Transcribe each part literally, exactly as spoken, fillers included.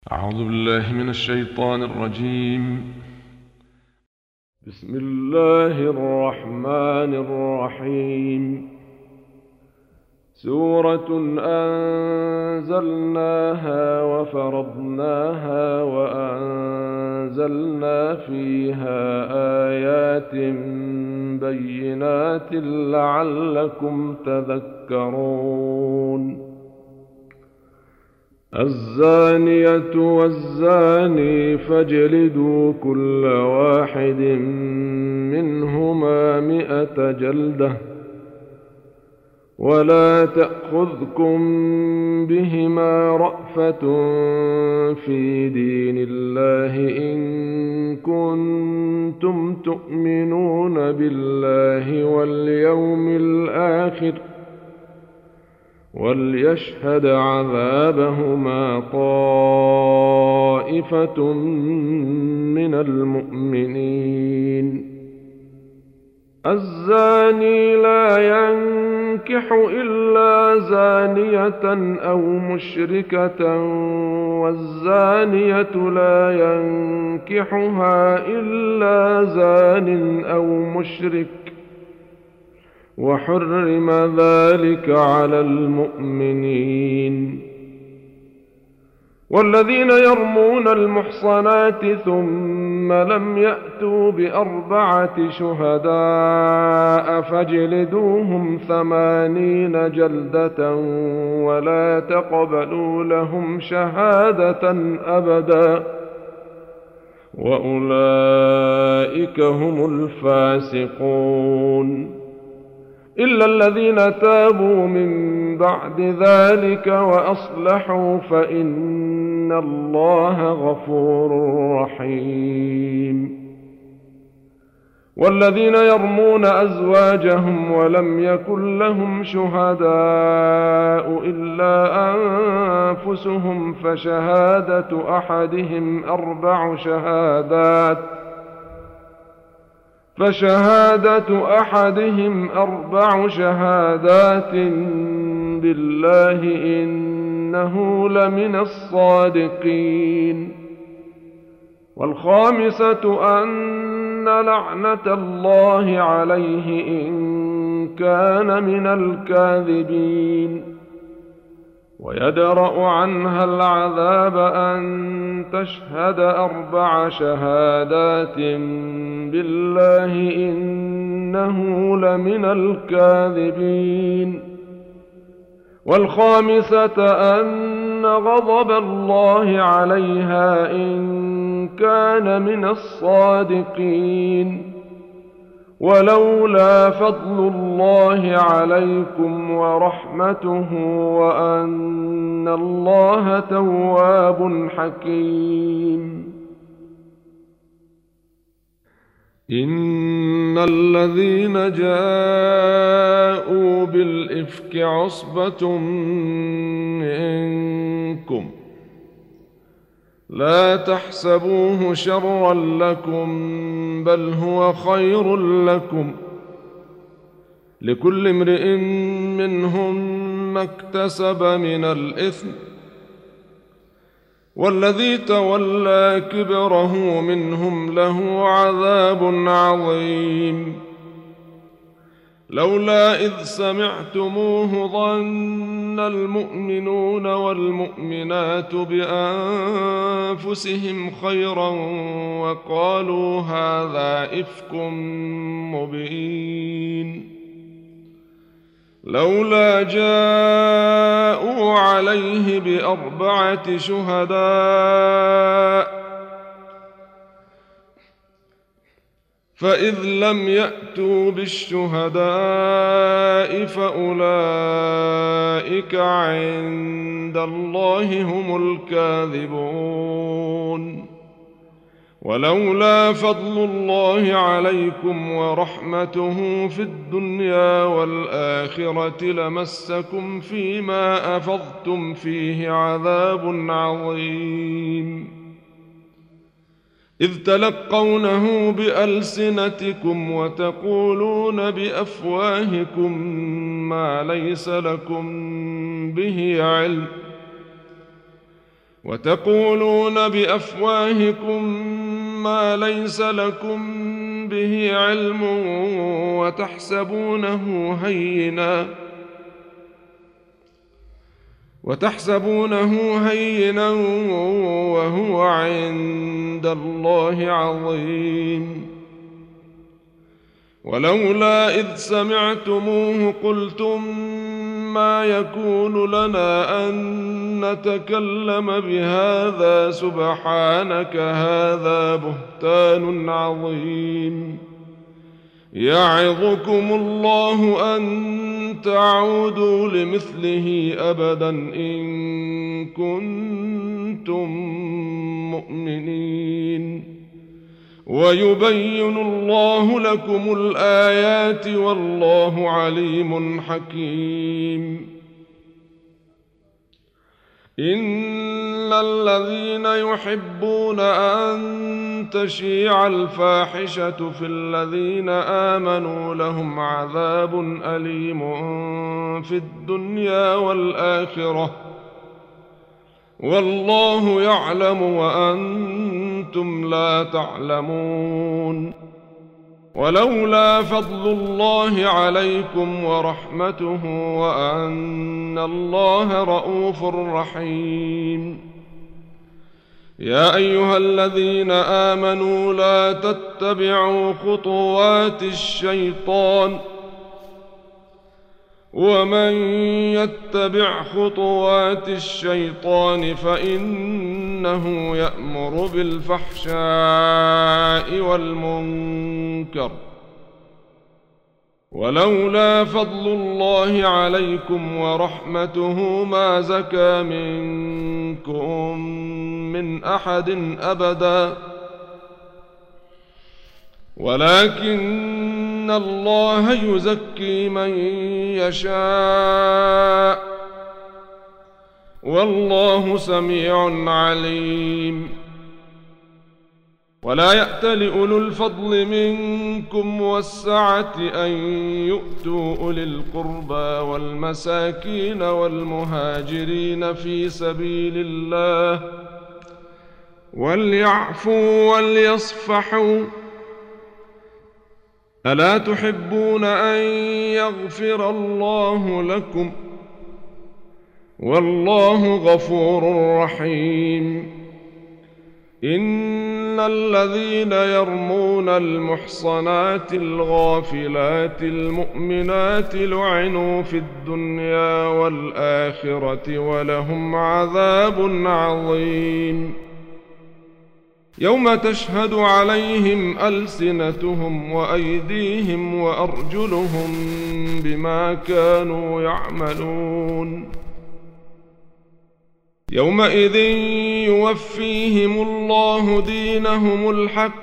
أعوذ بالله من الشيطان الرجيم. بسم الله الرحمن الرحيم. سورة أنزلناها وفرضناها وأنزلنا فيها آيات بينات لعلكم تذكرون. الزانية والزاني فاجلدوا كل واحد منهما مئة جلدة ولا تأخذكم بهما رأفة في دين الله إن كنتم تؤمنون بالله واليوم الآخر وليشهد عذابهما طائفة من المؤمنين. الزاني لا ينكح إلا زانية أو مشركة والزانية لا ينكحها إلا زان أو مشرك وحرم ذلك على المؤمنين. والذين يرمون المحصنات ثم لم يأتوا بأربعة شهداء فاجلدوهم ثمانين جلدة ولا تقبلوا لهم شهادة أبدا وأولئك هم الفاسقون. إلا الذين تابوا من بعد ذلك وأصلحوا فإن الله غفور رحيم. والذين يرمون أزواجهم ولم يكن لهم شهداء إلا أنفسهم فشهادة أحدهم أربع شهادات فشهادة أحدهم أربع شهادات بالله إنه لمن الصادقين. والخامسة أن لعنة الله عليه إن كان من الكاذبين. ويدرأ عنها العذاب أن تشهد أربع شهادات بالله إنه لمن الكاذبين. والخامسة أن غضب الله عليها إن كان من الصادقين. ولولا فضل الله عليكم ورحمته وأن الله تواب حكيم. إن الذين جاءوا بالإفك عصبة منكم لا تحسبوه شرا لكم بل هو خير لكم لكل امرئ منهم ما اكتسب من الإثم والذي تولى كبره منهم له عذاب عظيم. لولا إذ سمعتموه ظن المؤمنون والمؤمنات بأنفسهم خيرا وقالوا هذا إفك مبين. لولا جاءوا عليه بأربعة شهداء فإذ لم يأتوا بالشهداء فأولئك عند الله هم الكاذبون. ولولا فضل الله عليكم ورحمته في الدنيا والآخرة لمسكم فيما أفضتم فيه عذاب عظيم. إذ تلقونه بألسنتكم وتقولون بأفواهكم ما ليس لكم به علم وتقولون بأفواهكم ما ليس لكم به علم وتحسبونه هينا وتحسبونه هينا وهو عند الله عظيم. ولولا إذ سمعتموه قلتم ما يكون لنا أن نتكلم بهذا سبحانك هذا بهتان عظيم. يعظكم الله أن تعودوا لمثله أبدا إن كنتم مؤمنين. ويبين الله لكم الآيات والله عليم حكيم. إن الذين يحبون أن تشيع الفاحشة في الذين آمنوا لهم عذاب أليم في الدنيا والآخرة والله يعلم وأنتم لا تعلمون. ولولا فضل الله عليكم ورحمته وأن الله رءوف رحيم. يا أيها الذين آمنوا لا تتبعوا خطوات الشيطان ومن يتبع خطوات الشيطان فإنه يأمر بالفحشاء والمنكر. ولولا فضل الله عليكم ورحمته ما زكى منكم من أحد أبدا ولكن الله يزكي من يشاء والله سميع عليم. ولا يأتل أولو الفضل منكم والسعة أن يؤتوا أولي القربى والمساكين والمهاجرين في سبيل الله وليعفوا وليصفحوا ألا تحبون أن يغفر الله لكم والله غفور رحيم. إن الذين يرمون المحصنات الغافلات المؤمنات لعنوا في الدنيا والآخرة ولهم عذاب عظيم. يوم تشهد عليهم ألسنتهم وأيديهم وأرجلهم بما كانوا يعملون. يومئذ يوفيهم الله دينهم الحق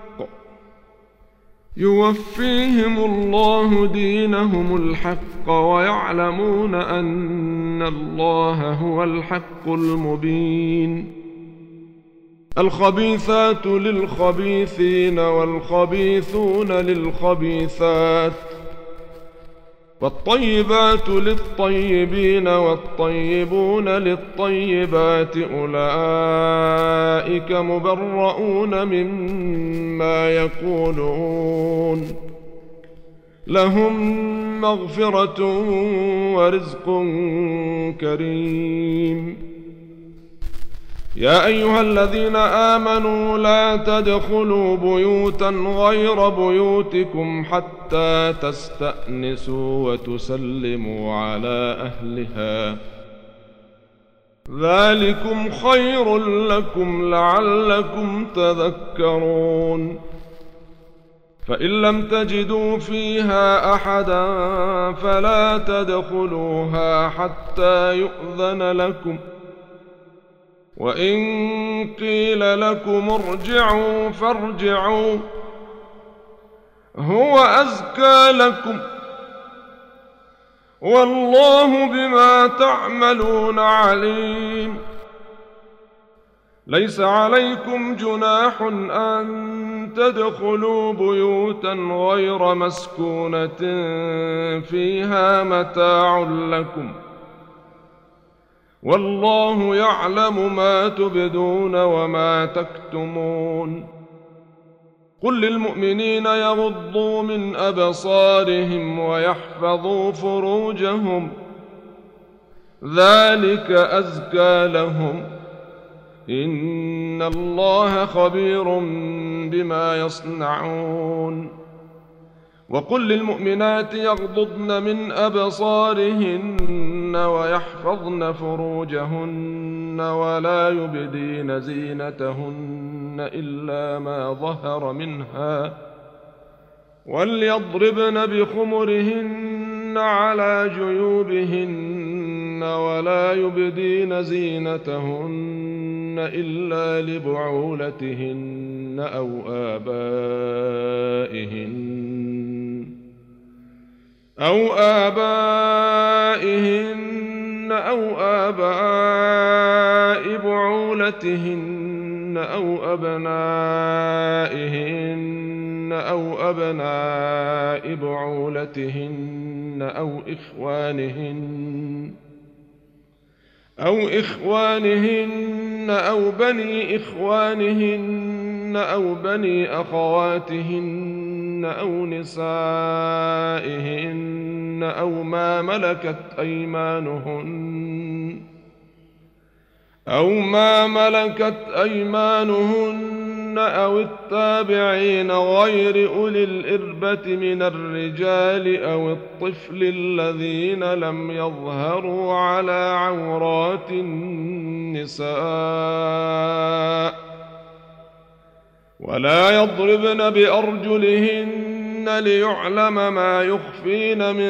يوفيهم الله دينهم الحق ويعلمون أن الله هو الحق المبين. الخبيثات للخبيثين والخبيثون للخبيثات والطيبات للطيبين والطيبون للطيبات أولئك مبرؤون مما يقولون لهم مغفرة ورزق كريم. يا أيها الذين آمنوا لا تدخلوا بيوتا غير بيوتكم حتى تستأنسوا وتسلموا على أهلها ذلكم خير لكم لعلكم تذكرون. فإن لم تجدوا فيها أحدا فلا تدخلوها حتى يؤذن لكم وإن قيل لكم ارجعوا فارجعوا هو أزكى لكم والله بما تعملون عليم. ليس عليكم جناح أن تدخلوا بيوتا غير مسكونة فيها متاع لكم والله يعلم ما تبدون وما تكتمون. قل للمؤمنين يغضوا من أبصارهم ويحفظوا فروجهم ذلك أزكى لهم إن الله خبير بما يصنعون. وقل للمؤمنات يغضضن من أبصارهن ويحفظن فروجهن ولا يبدين زينتهن إلا ما ظهر منها وليضربن بخمرهن على جيوبهن ولا يبدين زينتهن إلا لبعولتهن أو آبائهن أو آبائهن أو آباء بعولتهن أو أبنائهن أو أبناء بعولتهن أو إخوانهن أو إخوانهن أو بني إخوانهن أو بني أخواتهن أو نسائهن أو ما ملكت أيمانهن أو ما ملكت أيمانهن أو التابعين غير أولي الإربة من الرجال أو الطفل الذين لم يظهروا على عورات النساء ولا يضربن بأرجلهن ليعلم ما يخفين من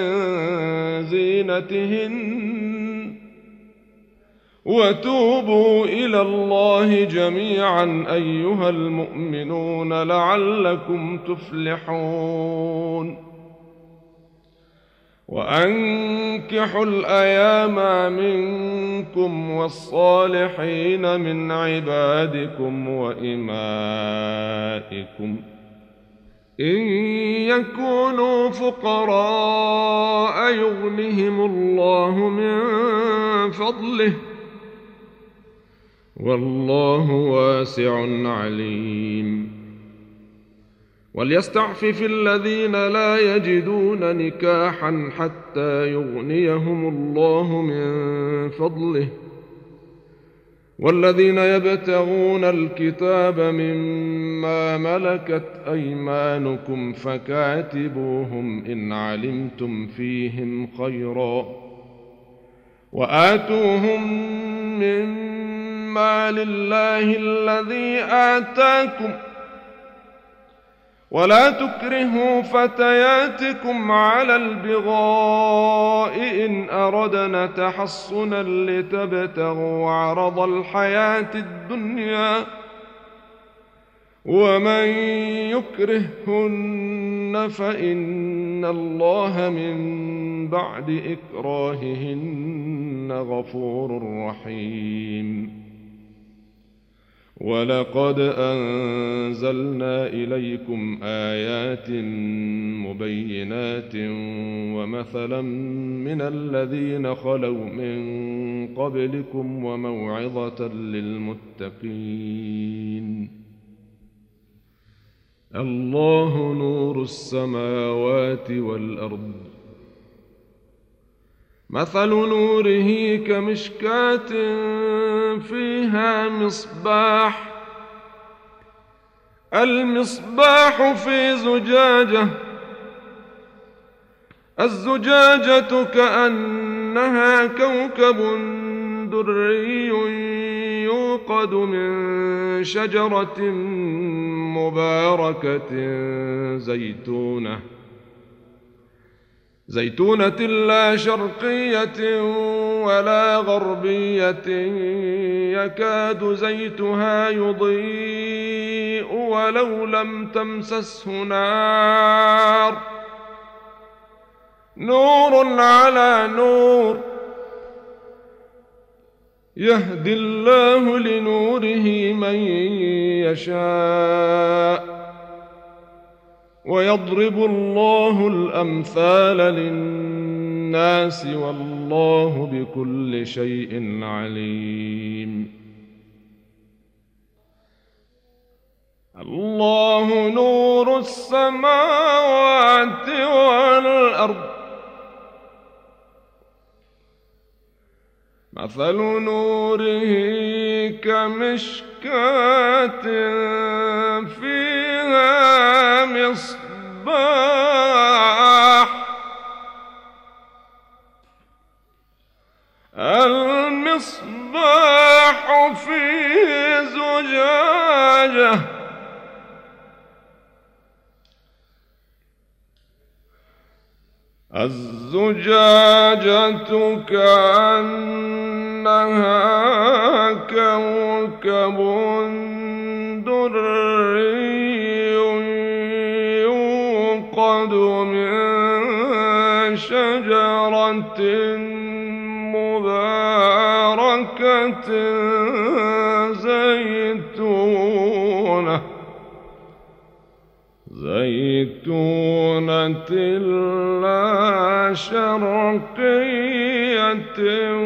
زينتهن وتوبوا إلى الله جميعا أيها المؤمنون لعلكم تفلحون. وأنكحوا الأيام منكم والصالحين من عبادكم وإمائكم إن يكونوا فقراء يغنهم الله من فضله والله واسع عليم. وليستعفف الذين لا يجدون نكاحا حتى يغنيهم الله من فضله والذين يبتغون الكتاب مما ملكت أيمانكم فكاتبوهم إن علمتم فيهم خيرا وآتوهم مما لله الذي آتاكم ولا تكرهوا فتياتكم على البغاء إن أردنا تحصنا لتبتغوا عرض الحياة الدنيا ومن يكرههن فإن الله من بعد إكراههن غفور رحيم. ولقد أنزلنا إليكم آيات مبينات ومثلا من الذين خلوا من قبلكم وموعظة للمتقين. الله نور السماوات والأرض مثل نوره كمشكاة فيها مصباح المصباح في زجاجة الزجاجة كأنها كوكب دري يوقد من شجرة مباركة زيتونة زيتونة لا شرقية ولا غربية يكاد زيتها يضيء ولو لم تمسسه نار نور على نور يهدي الله لنوره من يشاء ويضرب الله الأمثال للناس والله والله بكل شيء عليم. الله نور السماوات والأرض، مثل نوره كمشكاة فيها مصباح، المصباح في زجاجة، الزجاجة كأنها كوكب دري يوقد من شجرة مباركة زيتونة زيتونة لا شرقية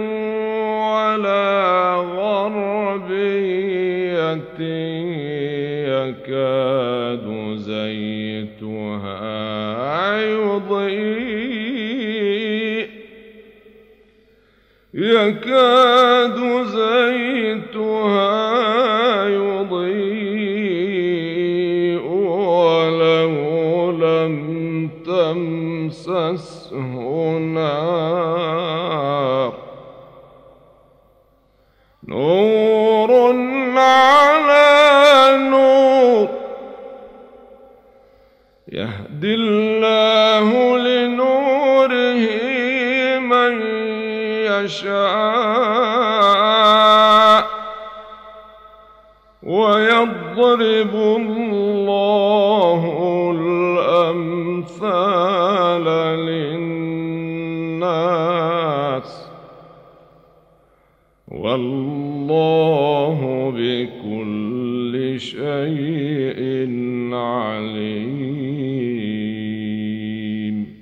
ولا غربية يكاد زيتها يضيء يكاد زيتها يضيء ولو لم تمسسه نار، نور على نور، يهدي الله لنوره من يشاء ويضرب الله الأمثال للناس والله بكل شيء عليم.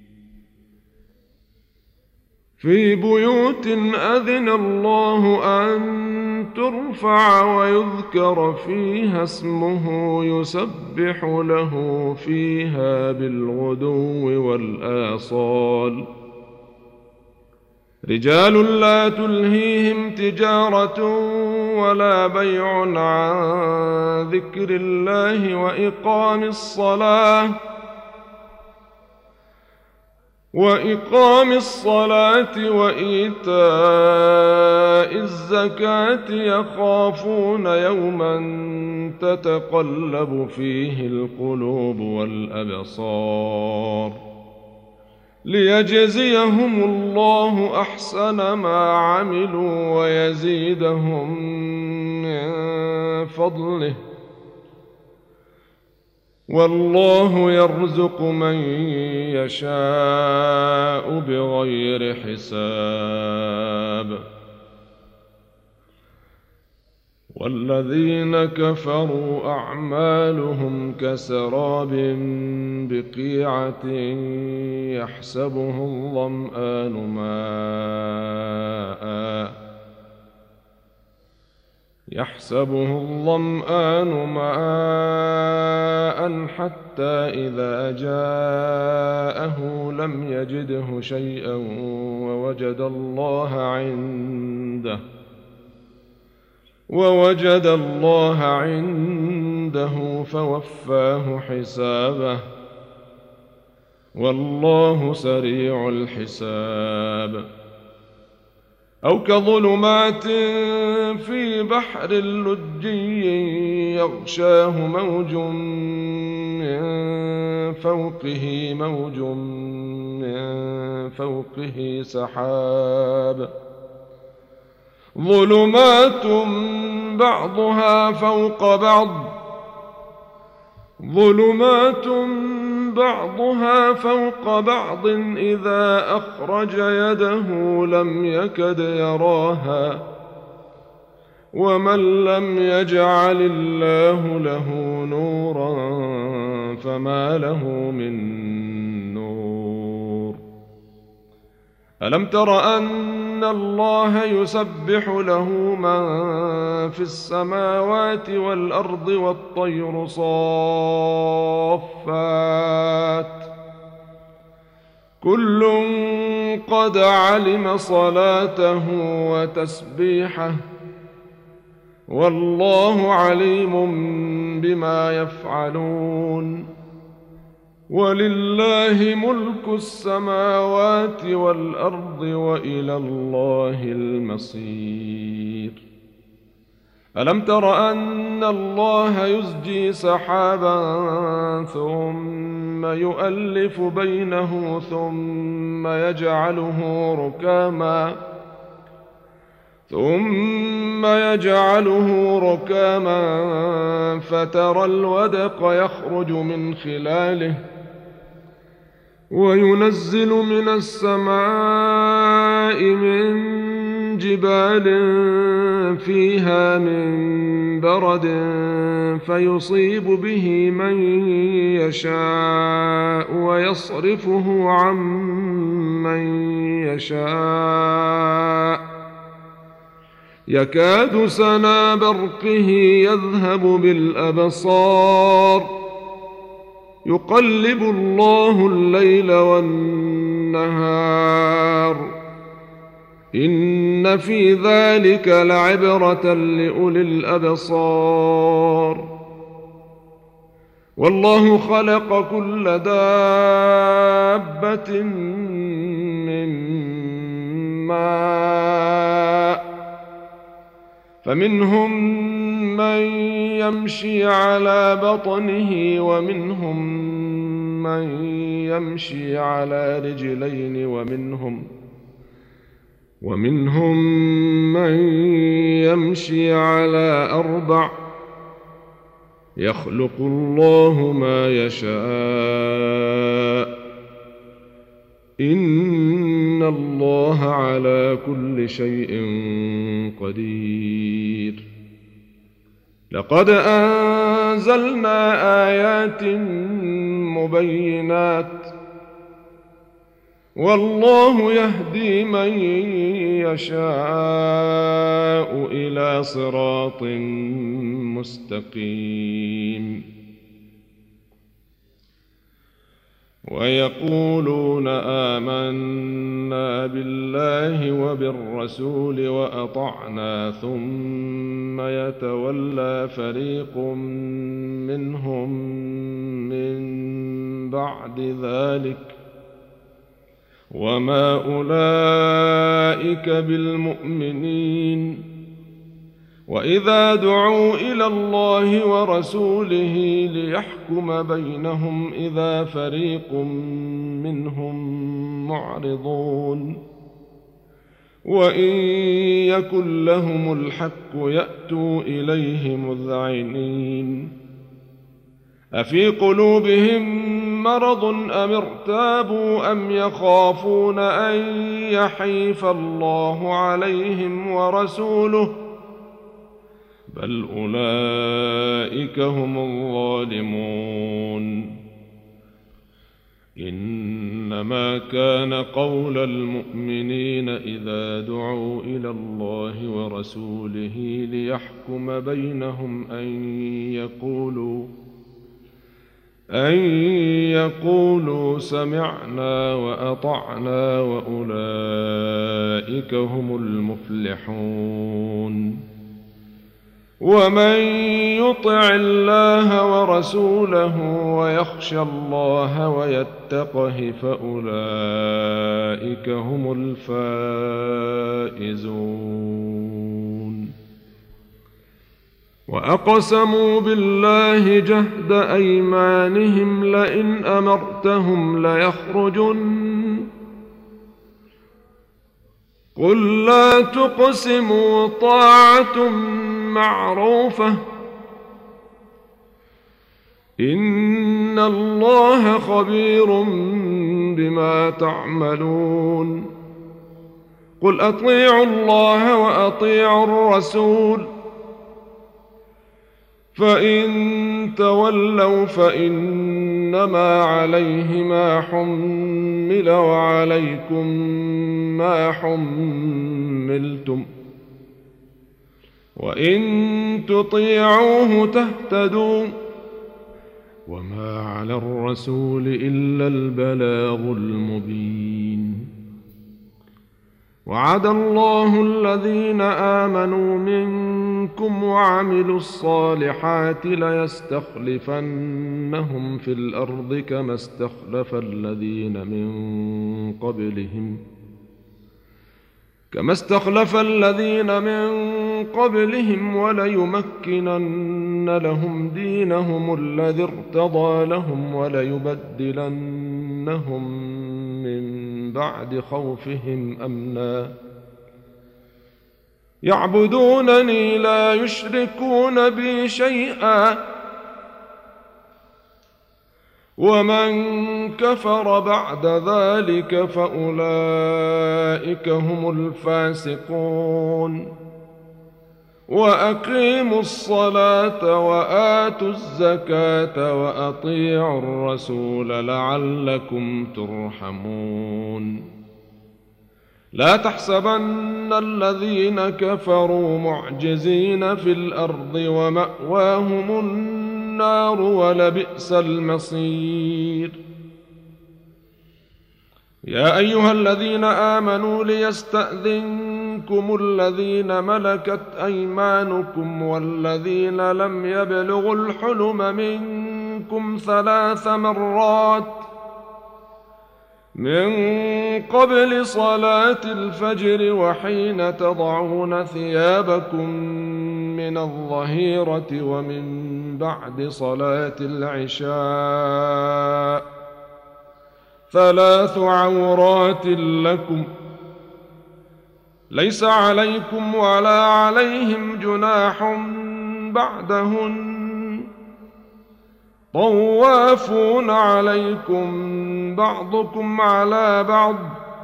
في بيوت أذن الله أن ترفع ويذكر فيها اسمه يسبح له فيها بالغدو والآصال، رجال لا تلهيهم تجارة ولا بيع عن ذكر الله وإقام الصلاة وإقام الصلاة وإيتاء الزكاة يخافون يوما تتقلب فيه القلوب والأبصار، ليجزيهم الله أحسن ما عملوا ويزيدهم من فضله، والله يرزق من يشاء بغير حساب. والذين كفروا أعمالهم كسراب بقيعة يحسبه الظمآن ماءً يحسبه الظمآن ماءً حتى إذا جاءه لم يجده شيئا ووجد الله عنده ووجد الله عنده فوفاه حسابه، والله سريع الحساب. أو كظلمات في بحر لجي يغشاه موج من فوقه موج من فوقه سحاب، ظلمات بعضها فوق بعض ظلمات بعضها فوق بعض إذا أخرج يده لم يكد يراها، ومن لم يجعل الله له نورا فما له من نور. ألم تر أن الله يسبح له من في السماوات والأرض والطير صافات كل قد علم صلاته وتسبيحه والله عليم بما يفعلون ولله ملك السماوات والأرض وإلى الله المصير ألم تر أن الله يزجي سحابا ثم يؤلف بينه ثم يجعله ركاما ثم يجعله ركاما فترى الودق يخرج من خلاله وينزل من السماء من جبال فيها من برد فيصيب به من يشاء ويصرفه عن من يشاء يكاد سنا برقه يذهب بالأبصار يقلب الله الليل والنهار إن في ذلك لعبرة لأولي الأبصار والله خلق كل دابة من ماء فمنهم من يمشي على بطنه ومنهم من يمشي على رجلين ومنهم ومنهم من يمشي على أربع يخلق الله ما يشاء إن الله على كل شيء قدير لقد أنزلنا آيات مبينات والله يهدي من يشاء إلى صراط مستقيم ويقولون آمنا بالله وبالرسول وأطعنا ثم يتولى فريق منهم من بعد ذلك وما أولئك بالمؤمنين وإذا دعوا إلى الله ورسوله ليحكم بينهم إذا فريق منهم معرضون وإن يكن لهم الحق يأتوا إليه مذعنين أفي قلوبهم مرض أم ارتابوا أم يخافون أن يحيف الله عليهم ورسوله بل أولئك هم الظالمون إنما كان قول المؤمنين إذا دعوا إلى الله ورسوله ليحكم بينهم أن يقولوا أن يقولوا سمعنا وأطعنا وأولئك هم المفلحون ومن يطع الله ورسوله ويخشى الله ويتقه فأولئك هم الفائزون وأقسموا بالله جهد أيمانهم لئن أمرتهم ليخرجن قل لا تقسموا طاعة معروفة إن الله خبير بما تعملون قل أطيعوا الله وأطيعوا الرسول فإن تولوا فإن إنما عليه ما حمل وعليكم ما حملتم وإن تطيعوه تهتدوا وما على الرسول إلا البلاغ المبين. وعد الله الذين آمنوا منكم وعملوا الصالحات ليستخلفنهم في الأرض كما استخلف الذين من قبلهم كما استخلف الذين من قبلهم وليمكنن لهم دينهم الذي ارتضى لهم وليبدلنهم من بعد خوفهم أمنا يعبدونني لا يشركون بي شيئا ومن كفر بعد ذلك فأولئك هم الفاسقون. وأقيموا الصلاة وآتوا الزكاة وأطيعوا الرسول لعلكم ترحمون. لا تحسبن الذين كفروا معجزين في الأرض ومأواهم النار ولبئس المصير. يا أيها الذين آمنوا ليستأذنكم الذين ملكت أيمانكم والذين لم يبلغوا الحلم منكم ثلاث مرات من قبل صلاة الفجر وحين تضعون ثيابكم من الظهيرة ومن بعد صلاة العشاء ثلاث عورات لكم ليس عليكم ولا عليهم جناح بعدهن طوافون عليكم بعضكم على بعض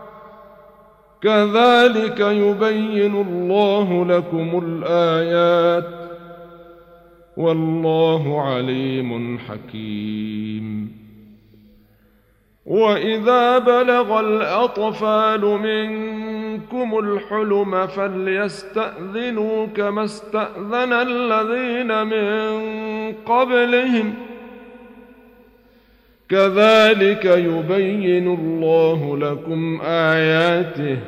كذلك يبين الله لكم الآيات والله عليم حكيم. وإذا بلغ الأطفال منكم الحلم فليستأذنوا كما استأذن الذين من قبلهم كذلك يبين الله لكم آياته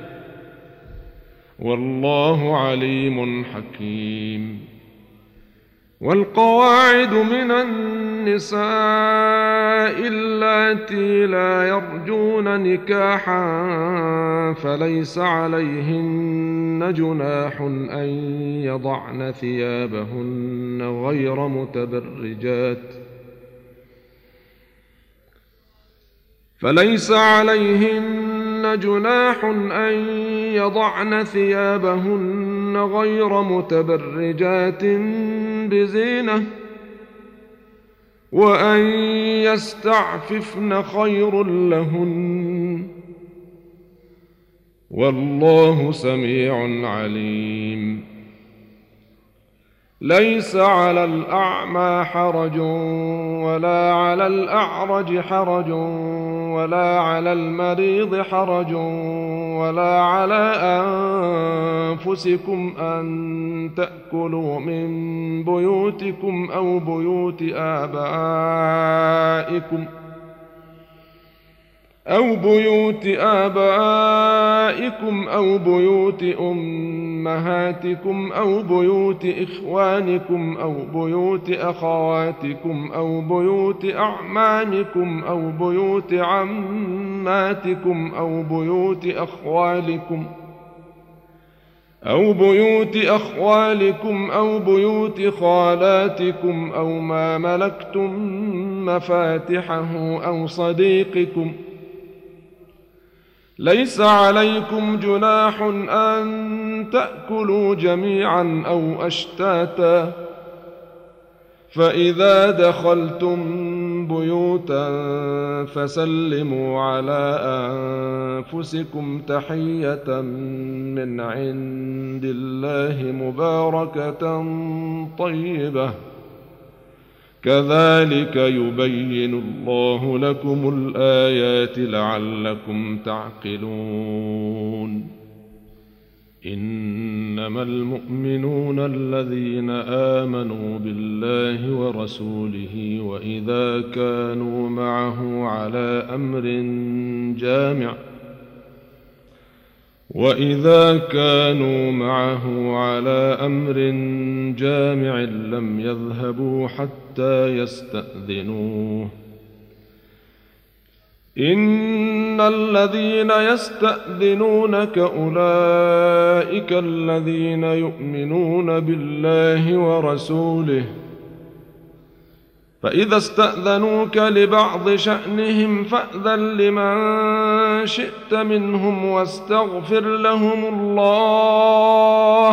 والله عليم حكيم. والقواعد من النساء اللاتي لا يرجون نكاحا فليس عليهن جناح أن يضعن ثيابهن غير متبرجات فليس عليهن جناح أن يضعن ثيابهن غير متبرجات بزينة وأن يستعففن خير لهن والله سميع عليم. ليس على الأعمى حرج ولا على الأعرج حرج ولا على المريض حرج ولا على أنفسكم أن تأكلوا من بيوتكم أو بيوت آبائكم أو بيوت آبائكم أو بيوت أمهاتكم أو بيوت إخوانكم أو بيوت أخواتكم أو بيوت أعمامكم أو بيوت عماتكم أو بيوت أخوالكم أو بيوت أخوالكم أو بيوت خالاتكم أو ما ملكتم مفاتحه أو صديقكم. ليس عليكم جناح أن تأكلوا جميعا أو أشتاتا فإذا دخلتم بيوتا فسلموا على أنفسكم تحية من عند الله مباركة طيبة كذلك يبين الله لكم الآيات لعلكم تعقلون إنما المؤمنون الذين آمنوا بالله ورسوله وإذا كانوا معه على أمر جامع وإذا كانوا معه على أمر جامع لم يذهبوا حتى يستأذنوه إن الذين يستأذنونك أولئك الذين يؤمنون بالله ورسوله فإذا استأذنوك لبعض شأنهم فأذن لمن شئت منهم واستغفر لهم الله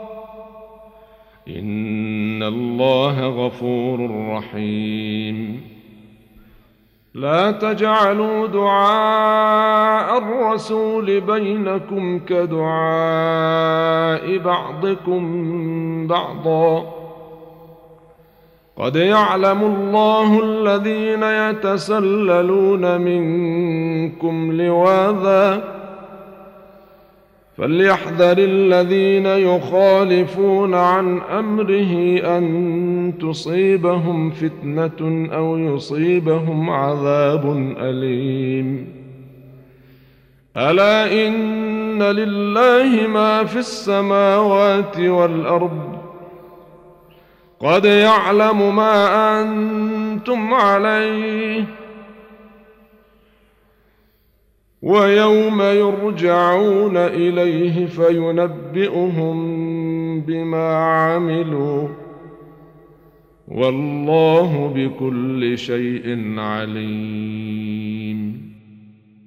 إن الله غفور رحيم لا تجعلوا دعاء الرسول بينكم كدعاء بعضكم بعضا قد يعلم الله الذين يتسللون منكم لواذا فليحذر الذين يخالفون عن أمره أن تصيبهم فتنة أو يصيبهم عذاب أليم ألا إن لله ما في السماوات والأرض قد يعلم ما أنتم عليه ويوم يرجعون إليه فينبئهم بما عملوا والله بكل شيء عليم